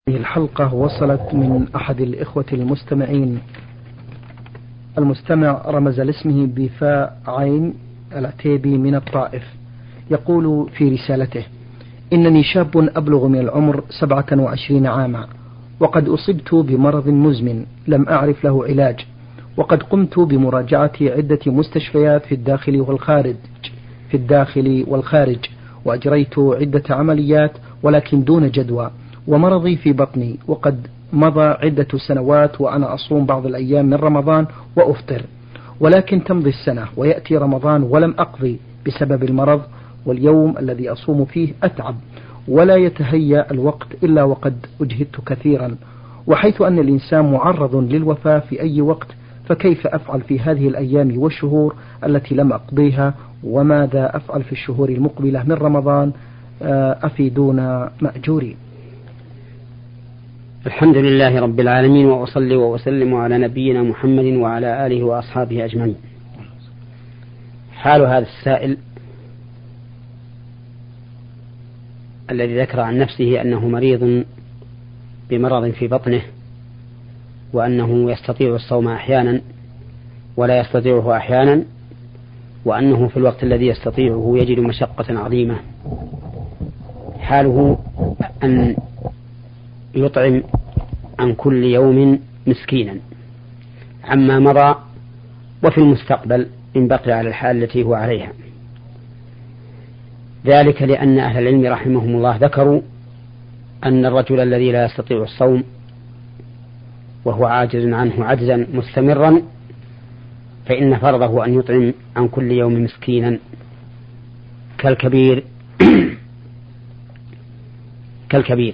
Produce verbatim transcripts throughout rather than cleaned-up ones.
هذه الحلقة وصلت من أحد الإخوة المستمعين. المستمع رمز لاسمه بفاء عين العتيبي من الطائف، يقول في رسالته: إنني شاب أبلغ من العمر سبعة وعشرين عاما، وقد أصبت بمرض مزمن لم أعرف له علاج، وقد قمت بمراجعة عدة مستشفيات في الداخل والخارج في الداخل والخارج وأجريت عدة عمليات ولكن دون جدوى، ومرضي في بطني، وقد مضى عدة سنوات وأنا أصوم بعض الأيام من رمضان وأفطر، ولكن تمضي السنة ويأتي رمضان ولم أقضي بسبب المرض، واليوم الذي أصوم فيه أتعب ولا يتهيأ الوقت إلا وقد أجهدت كثيرا، وحيث أن الإنسان معرض للوفاة في أي وقت، فكيف أفعل في هذه الأيام والشهور التي لم أقضيها؟ وماذا أفعل في الشهور المقبلة من رمضان؟ أفيدونا مأجورين. الحمد لله رب العالمين، وأصلي وأسلم على نبينا محمد وعلى آله وأصحابه أجمعين. حال هذا السائل الذي ذكر عن نفسه أنه مريض بمرض في بطنه، وأنه يستطيع الصوم أحيانا ولا يستطيعه أحيانا، وأنه في الوقت الذي يستطيعه يجد مشقة عظيمة. حاله أن يطعم عن كل يوم مسكينا عما مضى وفي المستقبل إن بقي على الحال التي هو عليها، ذلك لأن أهل العلم رحمهم الله ذكروا أن الرجل الذي لا يستطيع الصوم وهو عاجز عنه عجزا مستمرا، فإن فرضه أن يطعم عن كل يوم مسكينا كالكبير كالكبير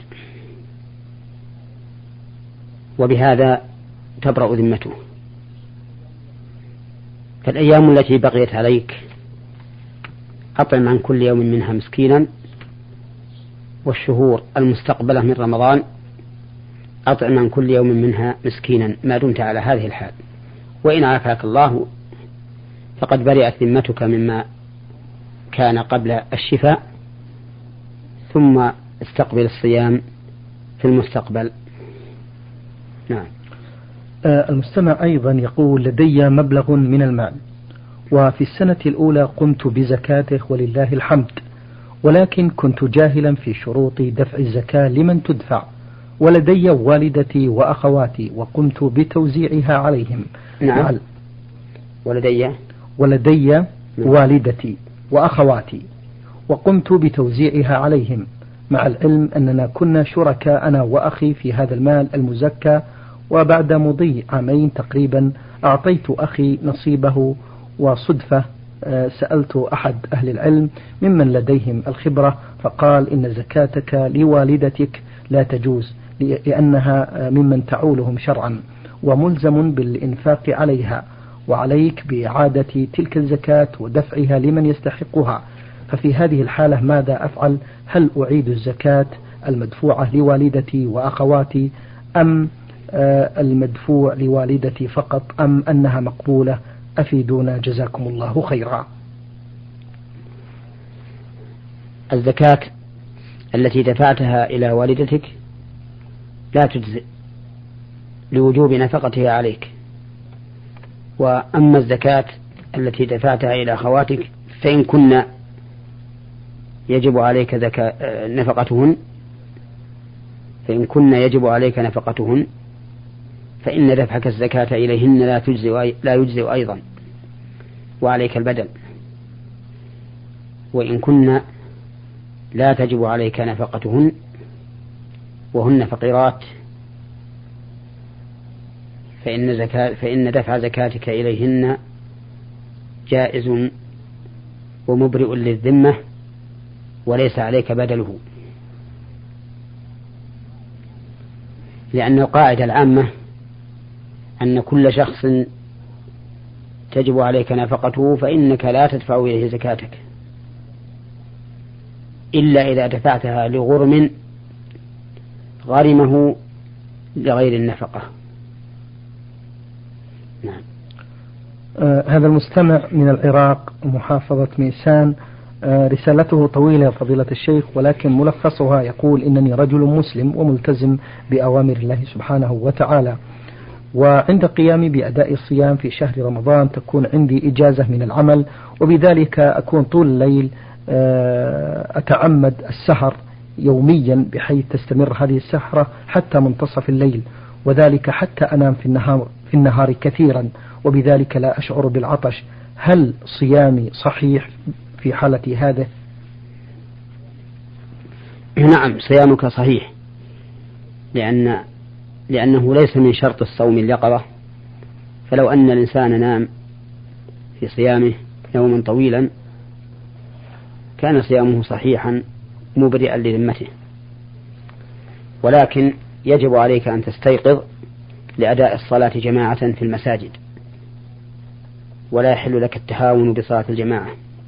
وبهذا تبرأ ذمته. فالأيام التي بقيت عليك أطعم عن كل يوم منها مسكينا، والشهور المستقبلة من رمضان أطعم عن كل يوم منها مسكينا ما دمت على هذه الحال، وإن عافاك الله فقد برئت ذمتك مما كان قبل الشفاء، ثم استقبل الصيام في المستقبل. نعم. المستمع أيضا يقول: لدي مبلغ من المال، وفي السنة الأولى قمت بزكاته ولله الحمد، ولكن كنت جاهلا في شروط دفع الزكاة لمن تدفع، ولدي والدتي وأخواتي وقمت بتوزيعها عليهم. نعم. ولدي ولدي والدتي وأخواتي وقمت بتوزيعها عليهم، مع العلم أننا كنا شركاء أنا وأخي في هذا المال المزكى، وبعد مضي عامين تقريبا أعطيت أخي نصيبه، وصدفة سألت أحد أهل العلم ممن لديهم الخبرة فقال: إن زكاتك لوالدتك لا تجوز، لأنها ممن تعولهم شرعا وملزم بالإنفاق عليها، وعليك بإعادة تلك الزكاة ودفعها لمن يستحقها. ففي هذه الحالة ماذا أفعل؟ هل أعيد الزكاة المدفوعة لوالدتي وأخواتي، أم المدفوع لوالدتي فقط، أم أنها مقبولة؟ أفيدونا جزاكم الله خيرا. الزكاة التي دفعتها إلى والدتك لا تجزئ لوجوب نفقتها عليك، وأما الزكاة التي دفعتها إلى أخواتك فإن كنا يجب عليك زكاة نفقتهن فإن كنا يجب عليك نفقتهن فإن دفعك الزكاة إليهن لا تجزئ لا يجزئ أيضا، وعليك البدل. وإن كنا لا تجب عليك نفقتهن وهن فقيرات فإن زكاة فإن دفع زكاتك إليهن جائز ومبرئ للذمة وليس عليك بدله، لأن القاعدة العامة أن كل شخص تجب عليك نفقته فإنك لا تدفع إليه زكاتك إلا إذا دفعتها لغرم غرمه لغير النفقة. نعم. آه هذا المستمع من العراق محافظة ميسان رسالته طويلة فضيلة الشيخ، ولكن ملخصها يقول: إنني رجل مسلم وملتزم بأوامر الله سبحانه وتعالى، وعند قيامي بأداء الصيام في شهر رمضان تكون عندي إجازة من العمل، وبذلك أكون طول الليل أتعمد السهر يوميا بحيث تستمر هذه السهرة حتى منتصف الليل، وذلك حتى أنام في النهار, في النهار كثيرا، وبذلك لا أشعر بالعطش. هل صيامي صحيح في حالتي هذا؟ نعم، صيامك صحيح، لأن لأنه ليس من شرط الصوم اليقظة، فلو أن الإنسان نام في صيامه يوما طويلا كان صيامه صحيحا مبرئا لذمته، ولكن يجب عليك أن تستيقظ لأداء الصلاة جماعة في المساجد، ولا يحل لك التهاون بصلاة الجماعة.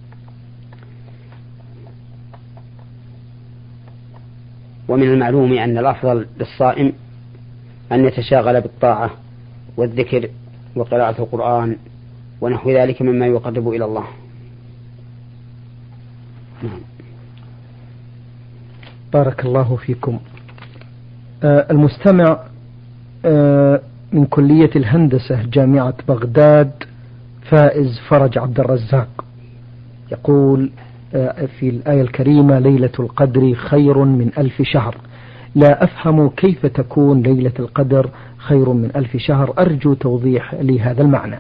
ومن المعلوم أن الأفضل للصائم أن يتشاغل بالطاعة والذكر وقراءة القرآن ونحو ذلك مما يقرب إلى الله. بارك الله فيكم. آه المستمع آه من كلية الهندسة جامعة بغداد، فائز فرج عبد الرزاق، يقول آه في الآية الكريمة: ليلة القدر خير من ألف شهر. لا أفهم كيف تكون ليلة القدر خير من ألف شهر، أرجو توضيح لهذا المعنى.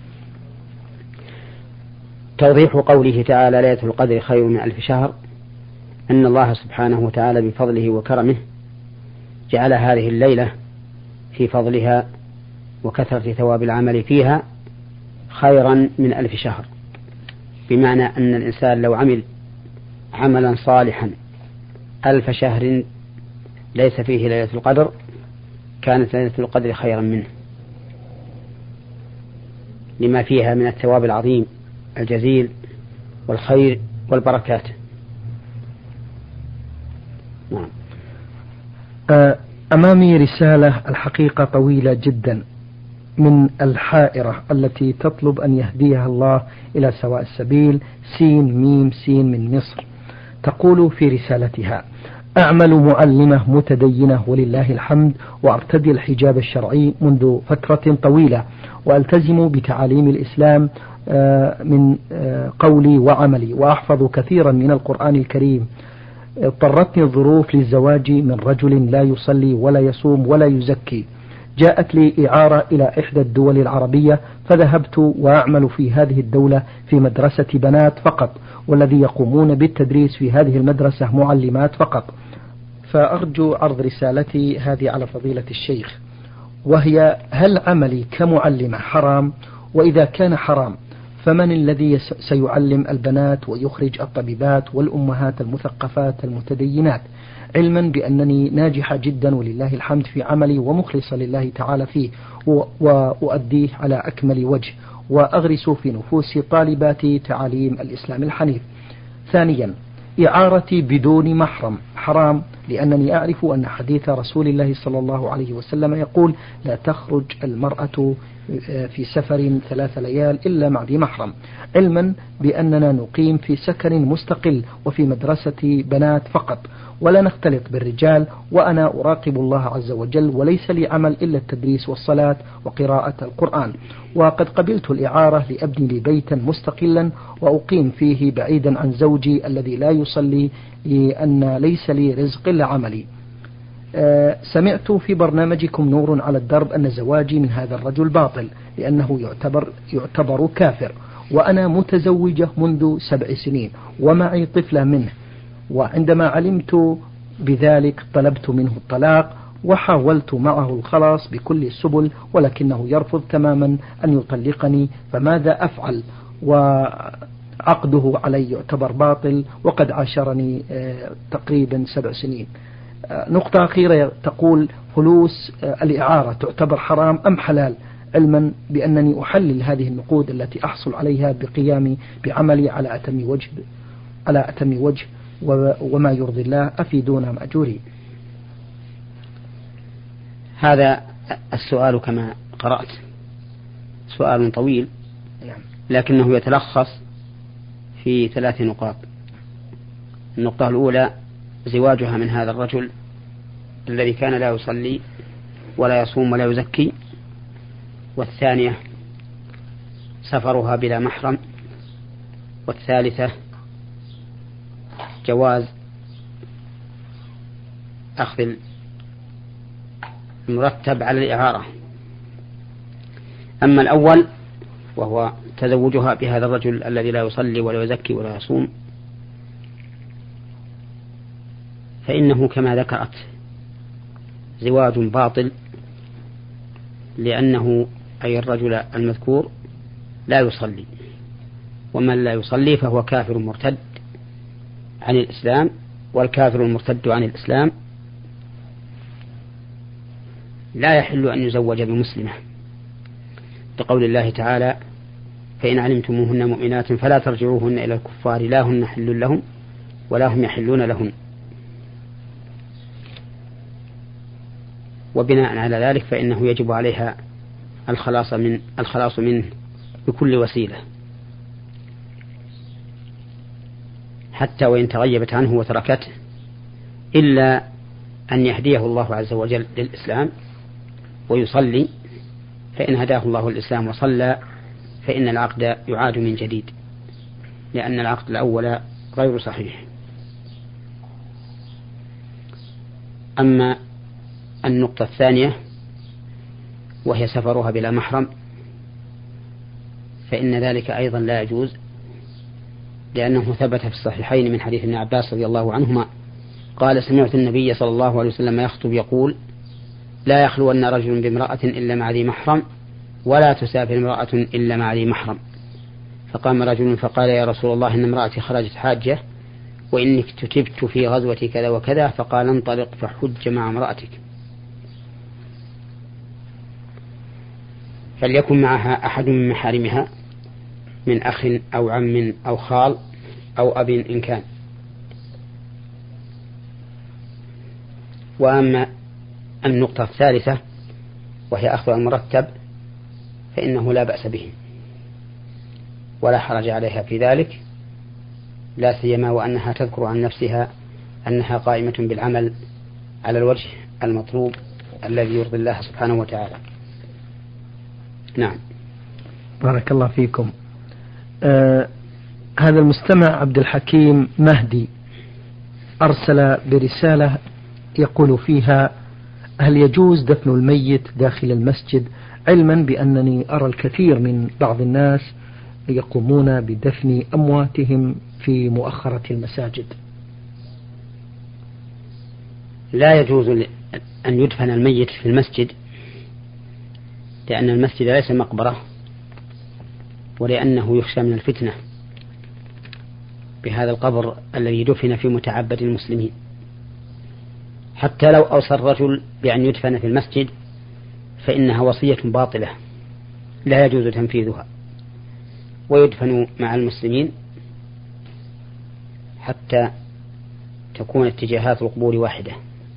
توضيح قوله تعالى ليلة القدر خير من ألف شهر أن الله سبحانه وتعالى بفضله وكرمه جعل هذه الليلة في فضلها وكثرة ثواب العمل فيها خيرا من ألف شهر، بمعنى أن الإنسان لو عمل عملا صالحا ألف شهر ليس فيه ليلة القدر كانت ليلة القدر خيرا منه، لما فيها من الثواب العظيم الجزيل والخير والبركات. نعم. أمامي رسالة الحقيقة طويلة جدا من الحائرة التي تطلب أن يهديها الله إلى سواء السبيل، سين ميم سين من مصر. تقول في رسالتها: أعمل معلمة متدينة ولله الحمد، وأرتدي الحجاب الشرعي منذ فترة طويلة، وألتزم بتعاليم الإسلام من قولي وعملي، وأحفظ كثيرا من القرآن الكريم. اضطرتني الظروف للزواج من رجل لا يصلي ولا يصوم ولا يزكي. جاءت لي إعارة إلى إحدى الدول العربية، فذهبت وأعمل في هذه الدولة في مدرسة بنات فقط، والذي يقومون بالتدريس في هذه المدرسة معلمات فقط. فأرجو عرض رسالتي هذه على فضيلة الشيخ، وهي: هل عملي كمعلمة حرام؟ وإذا كان حرام فمن الذي سيعلم البنات ويخرج الطبيبات والأمهات المثقفات المتدينات؟ علما بأنني ناجحة جدا ولله الحمد في عملي ومخلصة لله تعالى فيه، وأؤديه على أكمل وجه، وأغرس في نفوس طالباتي تعاليم الإسلام الحنيف. ثانيا، إعارتي بدون محرم حرام، لأنني أعرف أن حديث رسول الله صلى الله عليه وسلم يقول: لا تخرج المرأة في سفر ثلاث ليال إلا مع ذي محرم، علما بأننا نقيم في سكن مستقل وفي مدرسة بنات فقط، ولا نختلط بالرجال، وأنا أراقب الله عز وجل، وليس لي عمل إلا التدريس والصلاة وقراءة القرآن. وقد قبلت الإعارة لأبني لي بيتا مستقلا وأقيم فيه بعيدا عن زوجي الذي لا يصلي، لأن ليس لي رزق إلا عملي. أه سمعت في برنامجكم نور على الدرب أن زواجي من هذا الرجل باطل، لأنه يعتبر, يعتبر كافر، وأنا متزوجة منذ سبع سنين ومعي طفلة منه، وعندما علمت بذلك طلبت منه الطلاق، وحاولت معه الخلاص بكل السبل، ولكنه يرفض تماما أن يطلقني، فماذا أفعل؟ وعقده علي يعتبر باطل، وقد عاشرني أه تقريبا سبع سنين. نقطة أخيرة، تقول: فلوس الإعارة تعتبر حرام أم حلال؟ علما بأنني أحلل هذه النقود التي أحصل عليها بقيامي بعملي على أتم وجه على أتم وجه وما يرضي الله، أفيدونا مأجورين. هذا السؤال كما قرأت سؤال طويل، لكنه يتلخص في ثلاث نقاط. النقطة الأولى زواجها من هذا الرجل الذي كان لا يصلي ولا يصوم ولا يزكي. والثانية سفرها بلا محرم. والثالثة جواز أخذ المرتب على الإعارة. أما الأول وهو تزوجها بهذا الرجل الذي لا يصلي ولا يزكي ولا يصوم فإنه كما ذكرت زواج باطل، لأنه أي الرجل المذكور لا يصلي، ومن لا يصلي فهو كافر مرتد عن الإسلام، والكافر المرتد عن الإسلام لا يحل أن يزوج بمسلمة، لقول الله تعالى: فإن علمتموهن مؤمنات فلا ترجعوهن إلى الكفار لا هن حل لهم ولا هم يحلون لهن. وبناء على ذلك فإنه يجب عليها الخلاص من الخلاص منه بكل وسيلة، حتى وإن تغيبت عنه وتركته، إلا أن يهديه الله عز وجل للإسلام ويصلي، فإن هداه الله الإسلام وصلى فإن العقد يعاد من جديد، لأن العقد الأول غير صحيح. أما النقطة الثانية وهي سفرها بلا محرم فإن ذلك أيضا لا يجوز، لأنه ثبت في الصحيحين من حديث ابن عباس رضي الله عنهما قال: سمعت النبي صلى الله عليه وسلم يخطب يقول: لا يخلون رجل بامرأة إلا مع ذي محرم، ولا تسافر امرأة إلا مع ذي محرم. فقام رجل فقال: يا رسول الله، إن امرأتي خرجت حاجة وإني اكتتبت في غزوة كذا وكذا. فقال: انطلق فحج مع امرأتك. فليكن معها أحد من محارمها من أخ أو عم أو خال أو أب إن كان. وأما النقطة الثالثة وهي أخذ المرتب فإنه لا بأس به ولا حرج عليها في ذلك، لا سيما وأنها تذكر عن نفسها أنها قائمة بالعمل على الوجه المطلوب الذي يرضي الله سبحانه وتعالى. نعم. بارك الله فيكم. آه هذا المستمع عبد الحكيم مهدي أرسل برسالة يقول فيها: هل يجوز دفن الميت داخل المسجد؟ علما بأنني أرى الكثير من بعض الناس يقومون بدفن أمواتهم في مؤخرة المساجد. لا يجوز أن يدفن الميت في المسجد، لأن المسجد ليس مقبرة، ولأنه يخشى من الفتنة بهذا القبر الذي دفن في متعبد المسلمين. حتى لو أوصى الرجل بأن يدفن في المسجد فإنها وصية باطلة لا يجوز تنفيذها، ويدفن مع المسلمين حتى تكون اتجاهات القبور واحدة.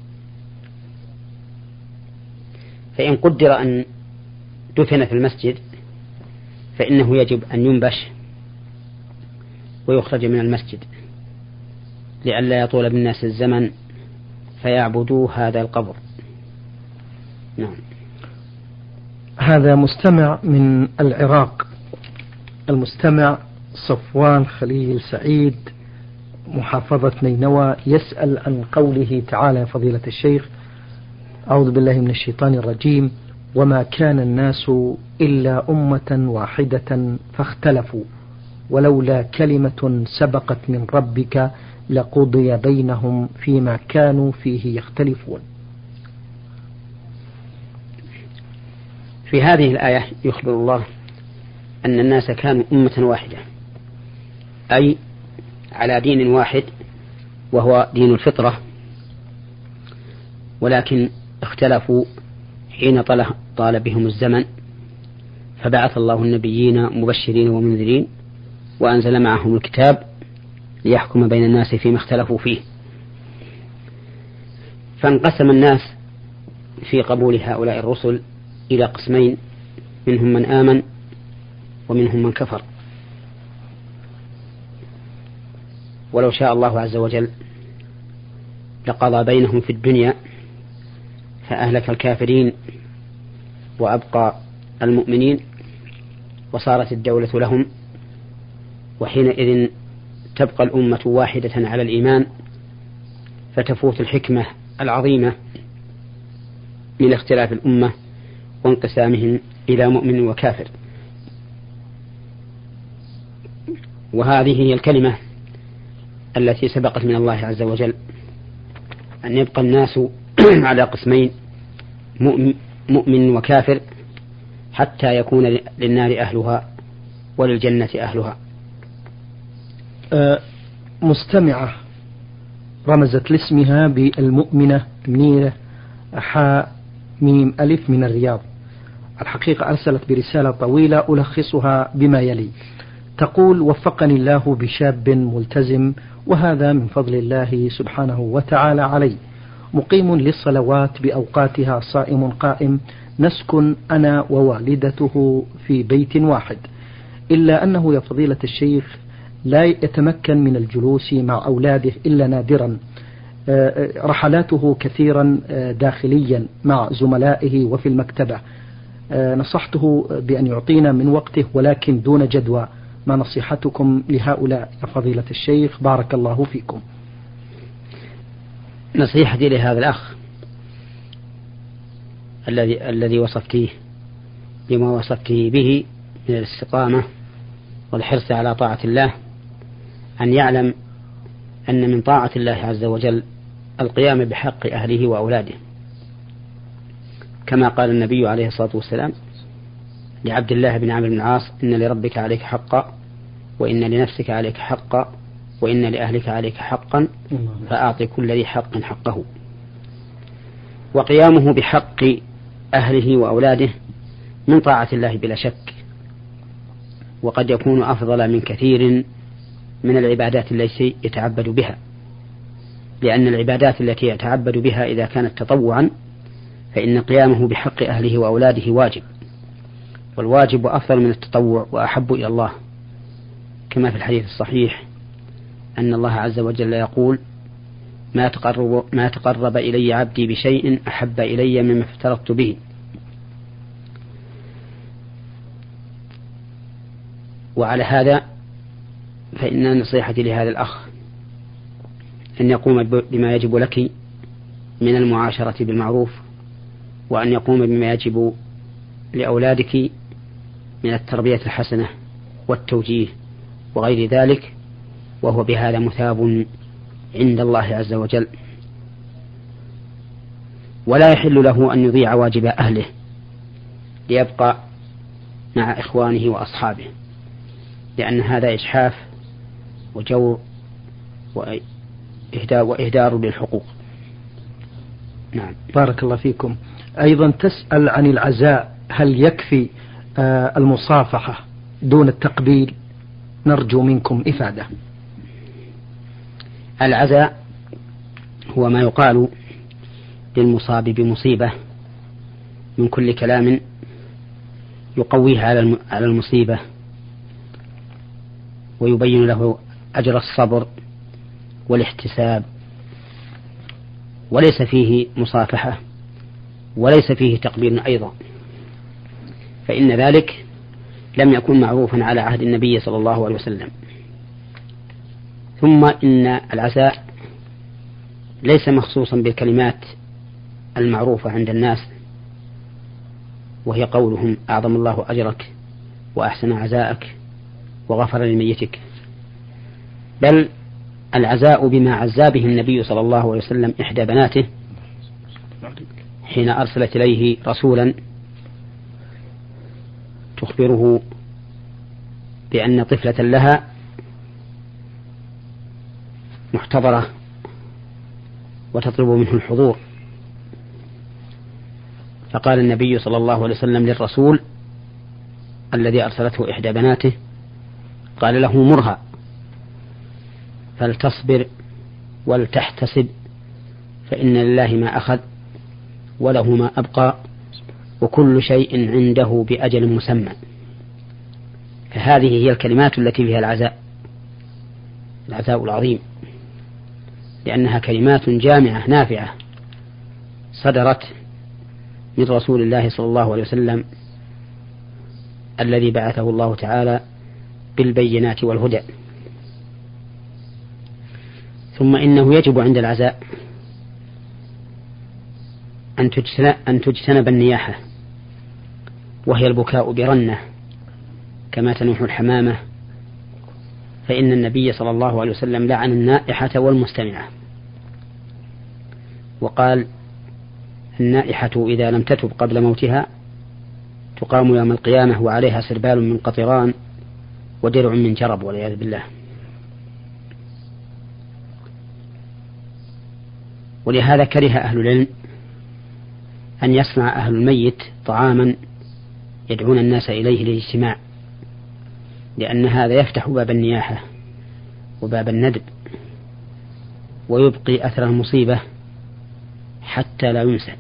فإن قدر أن دفن في المسجد فإنه يجب أن ينبش ويخرج من المسجد لئلا يطول بالناس الزمن فيعبدوا هذا القبر. نعم. هذا مستمع من العراق، المستمع صفوان خليل سعيد محافظة نينوى، يسأل عن قوله تعالى: فضيلة الشيخ، أعوذ بالله من الشيطان الرجيم: وما كان الناس إلا أمة واحدة فاختلفوا ولولا كلمة سبقت من ربك لقضي بينهم فيما كانوا فيه يختلفون. في هذه الآية يخبر الله أن الناس كانوا أمة واحدة، أي على دين واحد وهو دين الفطرة، ولكن اختلفوا حين طال بهم الزمن فبعث الله النبيين مبشرين ومنذرين وأنزل معهم الكتاب ليحكم بين الناس فيما اختلفوا فيه. فانقسم الناس في قبول هؤلاء الرسل إلى قسمين، منهم من آمن ومنهم من كفر. ولو شاء الله عز وجل لقضى بينهم في الدنيا فأهلك الكافرين وأبقى المؤمنين وصارت الدولة لهم، وحينئذ تبقى الأمة واحدة على الإيمان، فتفوت الحكمة العظيمة من اختلاف الأمة وانقسامهم إلى مؤمن وكافر. وهذه هي الكلمة التي سبقت من الله عز وجل، أن يبقى الناس على قسمين، مؤمن وكافر، حتى يكون للنار أهلها وللجنة أهلها. مستمعة رمزت لاسمها بالمؤمنة منيرة حاء ميم ألف من الرياض. الحقيقة أرسلت برسالة طويلة ألخصها بما يلي. تقول: وفقني الله بشاب ملتزم، وهذا من فضل الله سبحانه وتعالى علي، مقيم للصلوات بأوقاتها، صائم قائم، نسكن أنا ووالدته في بيت واحد، إلا أنه يا فضيلة الشيخ لا يتمكن من الجلوس مع أولاده إلا نادرا، رحلاته كثيرا داخليا مع زملائه وفي المكتبة. نصحته بأن يعطينا من وقته ولكن دون جدوى، ما نصيحتكم لهؤلاء يا فضيلة الشيخ؟ بارك الله فيكم. نصيحتي لهذا الأخ الذي الذي وصفتيه بما وصفته به من الاستقامة والحرص على طاعة الله، أن يعلم أن من طاعة الله عز وجل القيام بحق أهله وأولاده، كما قال النبي عليه الصلاة والسلام لعبد الله بن عمرو بن العاص: إن لربك عليك حقا، وإن لنفسك عليك حقا، وإن لأهلك عليك حقا، فأعطي كل ذي حق حقه. وقيامه بحق أهله وأولاده من طاعة الله بلا شك، وقد يكون أفضل من كثير من العبادات التي يتعبد بها، لأن العبادات التي يتعبد بها إذا كانت تطوعا فإن قيامه بحق أهله وأولاده واجب، والواجب أفضل من التطوع وأحب إلى الله، كما في الحديث الصحيح أن الله عز وجل يقول: ما تقرب, ما تقرب إلي عبدي بشيء أحب إلي مما افترضت به. وعلى هذا فإن نصيحتي لهذا الأخ أن يقوم بما يجب لك من المعاشرة بالمعروف، وأن يقوم بما يجب لأولادك من التربية الحسنة والتوجيه وغير ذلك، وهو بهذا مثاب عند الله عز وجل. ولا يحل له أن يضيع واجب أهله ليبقى مع إخوانه وأصحابه، لأن هذا إجحاف وجور وإهدار للحقوق. نعم. بارك الله فيكم. أيضا تسأل عن العزاء، هل يكفي آه المصافحة دون التقبيل؟ نرجو منكم إفادة. العزاء هو ما يقال للمصاب بمصيبة من كل كلام يقويه على المصيبة ويبين له أجر الصبر والاحتساب، وليس فيه مصافحة وليس فيه تقبيل أيضا، فإن ذلك لم يكن معروفا على عهد النبي صلى الله عليه وسلم. ثم إن العزاء ليس مخصوصا بالكلمات المعروفة عند الناس، وهي قولهم: أعظم الله أجرك وأحسن عزاءك وغفر لميتك، بل العزاء بما عزى به النبي صلى الله عليه وسلم إحدى بناته حين أرسلت إليه رسولا تخبره بأن طفلة لها محتضرة وتطلب منه الحضور، فقال النبي صلى الله عليه وسلم للرسول الذي أرسلته إحدى بناته، قال له: مرها فلتصبر ولتحتسب، فإن لله ما أخذ وله ما أبقى وكل شيء عنده بأجل مسمى. فهذه هي الكلمات التي فيها العزاء، العزاء العظيم، لأنها كلمات جامعة نافعة صدرت من رسول الله صلى الله عليه وسلم الذي بعثه الله تعالى بالبينات والهدى. ثم إنه يجب عند العزاء أن تجتنب النياحة، وهي البكاء برنة كما تنوح الحمامة، فإن النبي صلى الله عليه وسلم لعن النائحة والمستمعة، وقال النائحة إذا لم تتب قبل موتها تقام يوم القيامة وعليها سربال من قطران ودرع من جرب والعياذ بالله. ولهذا كره أهل العلم أن يصنع أهل الميت طعاما يدعون الناس إليه للاجتماع، لأن هذا يفتح باب النياحة وباب الندب ويبقي أثر المصيبة حتى لا ينسى.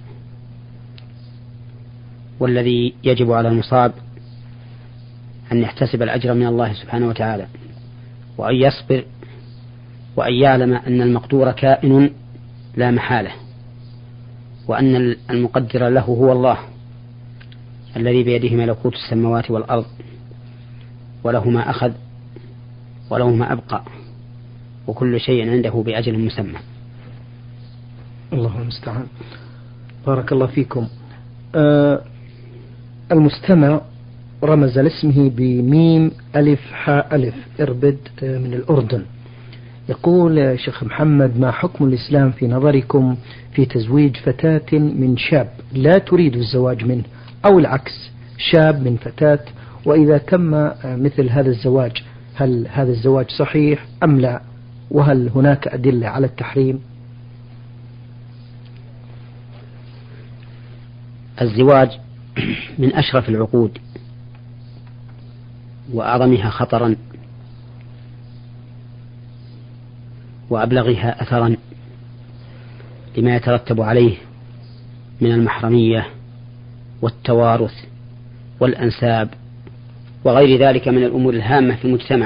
والذي يجب على المصاب أن يحتسب الأجر من الله سبحانه وتعالى، وأن يصبر، وأن يعلم أن المقدور كائن لا محالة، وأن المقدر له هو الله الذي بيده ملكوت السماوات والأرض، وله ما أخذ وله ما أبقى، وكل شيء عنده بأجل مسمى. الله المستعان. بارك الله فيكم. آه المستمع رمز لاسمه بميم ألف حاء ألف إربد من الأردن، يقول شيخ محمد: ما حكم الإسلام في نظركم في تزويج فتاة من شاب لا تريد الزواج منه، أو العكس شاب من فتاة، وإذا تم مثل هذا الزواج هل هذا الزواج صحيح أم لا، وهل هناك أدلة على التحريم؟ الزواج من أشرف العقود وأعظمها خطرا وأبلغها أثرا لما يترتب عليه من المحرمية والتوارث والأنساب وغير ذلك من الأمور الهامة في المجتمع.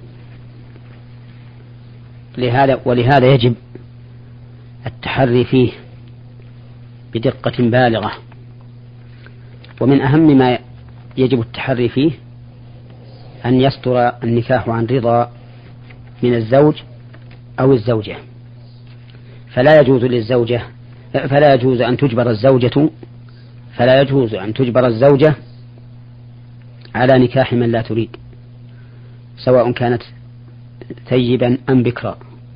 لهذا ولهذا يجب التحري فيه بدقة بالغة. ومن أهم ما يجب التحري فيه أن يصدر النكاح عن رضا من الزوج أو الزوجة، فلا يجوز للزوجة فلا يجوز أن تجبر الزوجة فلا يجوز أن تجبر الزوجة على نكاح من لا تريد، سواء كانت ثيبا أم بكرا،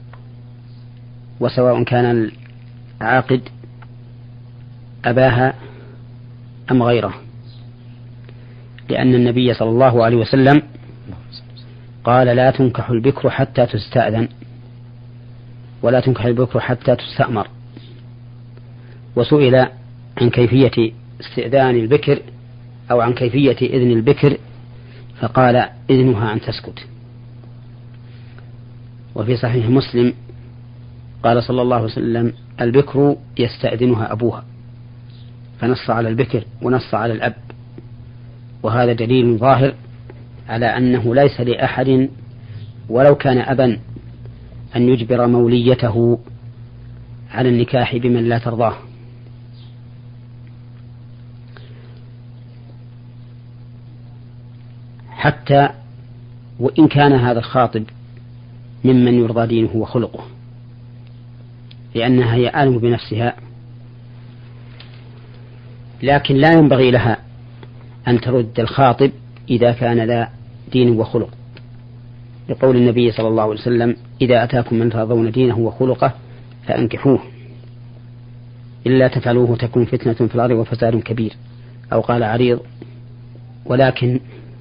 وسواء كان العاقد أباها أم غيره، لأن النبي صلى الله عليه وسلم قال: لا تنكح البكر حتى تستأذن، ولا تنكح البكر حتى تستأمر. وسئل عن كيفية استئذان البكر أو عن كيفية إذن البكر فقال: إذنها أن تسكت. وفي صحيح مسلم قال صلى الله عليه وسلم: البكر يستأذنها أبوها، فنص على البكر ونص على الأب. وهذا دليل ظاهر على أنه ليس لأحد ولو كان أبا أن يجبر موليته على النكاح بمن لا ترضاه. حتى وإن كان هذا الخاطب ممن يرضى دينه وخلقه، لأنها هي عالم بنفسها، لكن لا ينبغي لها أن ترد الخاطب إذا كان ذا دين وخلق، لقول النبي صلى الله عليه وسلم: إذا أتاكم من ترضون دينه وخلقه فأنكحوه، إلا تفعلوه تكون فتنة في الأرض وفساد كبير، أو قال عريض. ولكن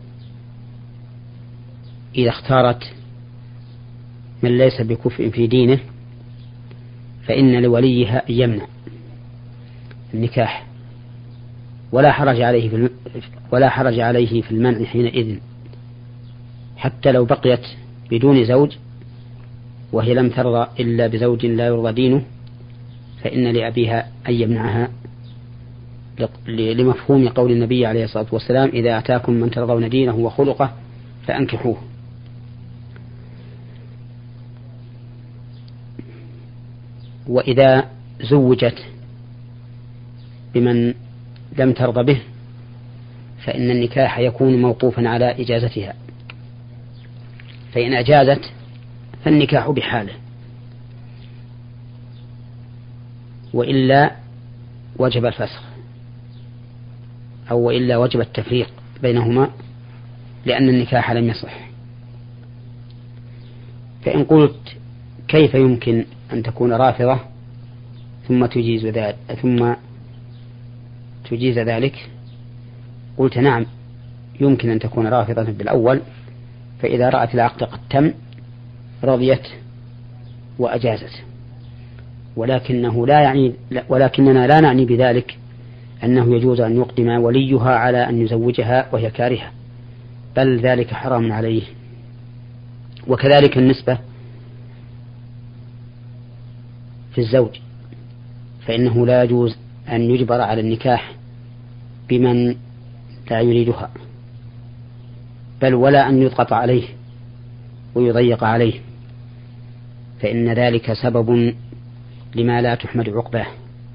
إذا اختارت من ليس بكفء في دينه فإن لوليها أن يمنع النكاح، ولا حرج عليه في ولا حرج عليه في المنع حينئذ، حتى لو بقيت بدون زوج وهي لم ترضى إلا بزوج لا يرضى دينه، فإن لأبيها أن يمنعها، لمفهوم قول النبي عليه الصلاة والسلام: إذا أتاكم من ترضون دينه وخلقه فأنكحوه. وإذا زوجت بمن لم ترضى به فإن النكاح يكون موقوفا على إجازتها، فإن أجازت فالنكاح بحاله، وإلا وجب الفسخ أو وإلا وجب التفريق بينهما لأن النكاح لم يصح. فإن قلت كيف يمكن أن تكون رافضة ثم تجيز ذلك ثم تجيز ذلك قلت نعم يمكن أن تكون رافضة بالأول، فإذا رأت العقد قد تم رضيت وأجازت، ولكنه لا يعني ولكننا لا نعني بذلك أنه يجوز أن يقدم وليها على أن يزوجها وهي كارهة، بل ذلك حرام عليه. وكذلك النسبة في الزوج، فإنه لا يجوز أن يجبر على النكاح بمن لا يريدها، بل ولا أن يضغط عليه ويضيق عليه، فإن ذلك سبب لما لا تحمد عقباه.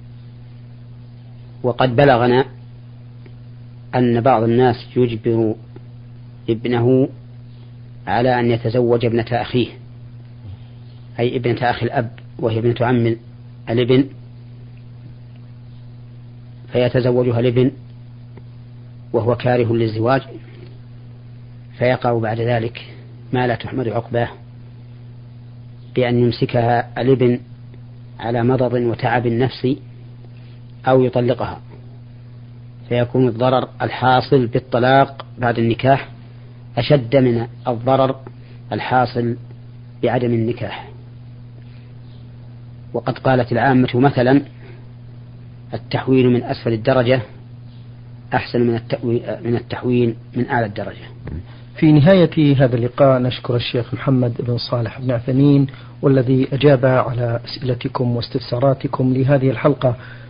وقد بلغنا أن بعض الناس يجبر ابنه على أن يتزوج ابنة أخيه، أي ابنة أخي الأب وهي ابنة عم الابن، فيتزوجها الابن وهو كاره للزواج، فيقع بعد ذلك ما لا تحمد عقباه بأن يمسكها الابن على مرض وتعب نفسي أو يطلقها، فيكون الضرر الحاصل بالطلاق بعد النكاح أشد من الضرر الحاصل بعدم النكاح. وقد قالت العامة مثلا التحويل من أسفل الدرجة أحسن من من التحويل من أعلى الدرجة. في نهاية هذا اللقاء نشكر الشيخ محمد بن صالح بن عثيمين والذي أجاب على أسئلتكم واستفساراتكم لهذه الحلقة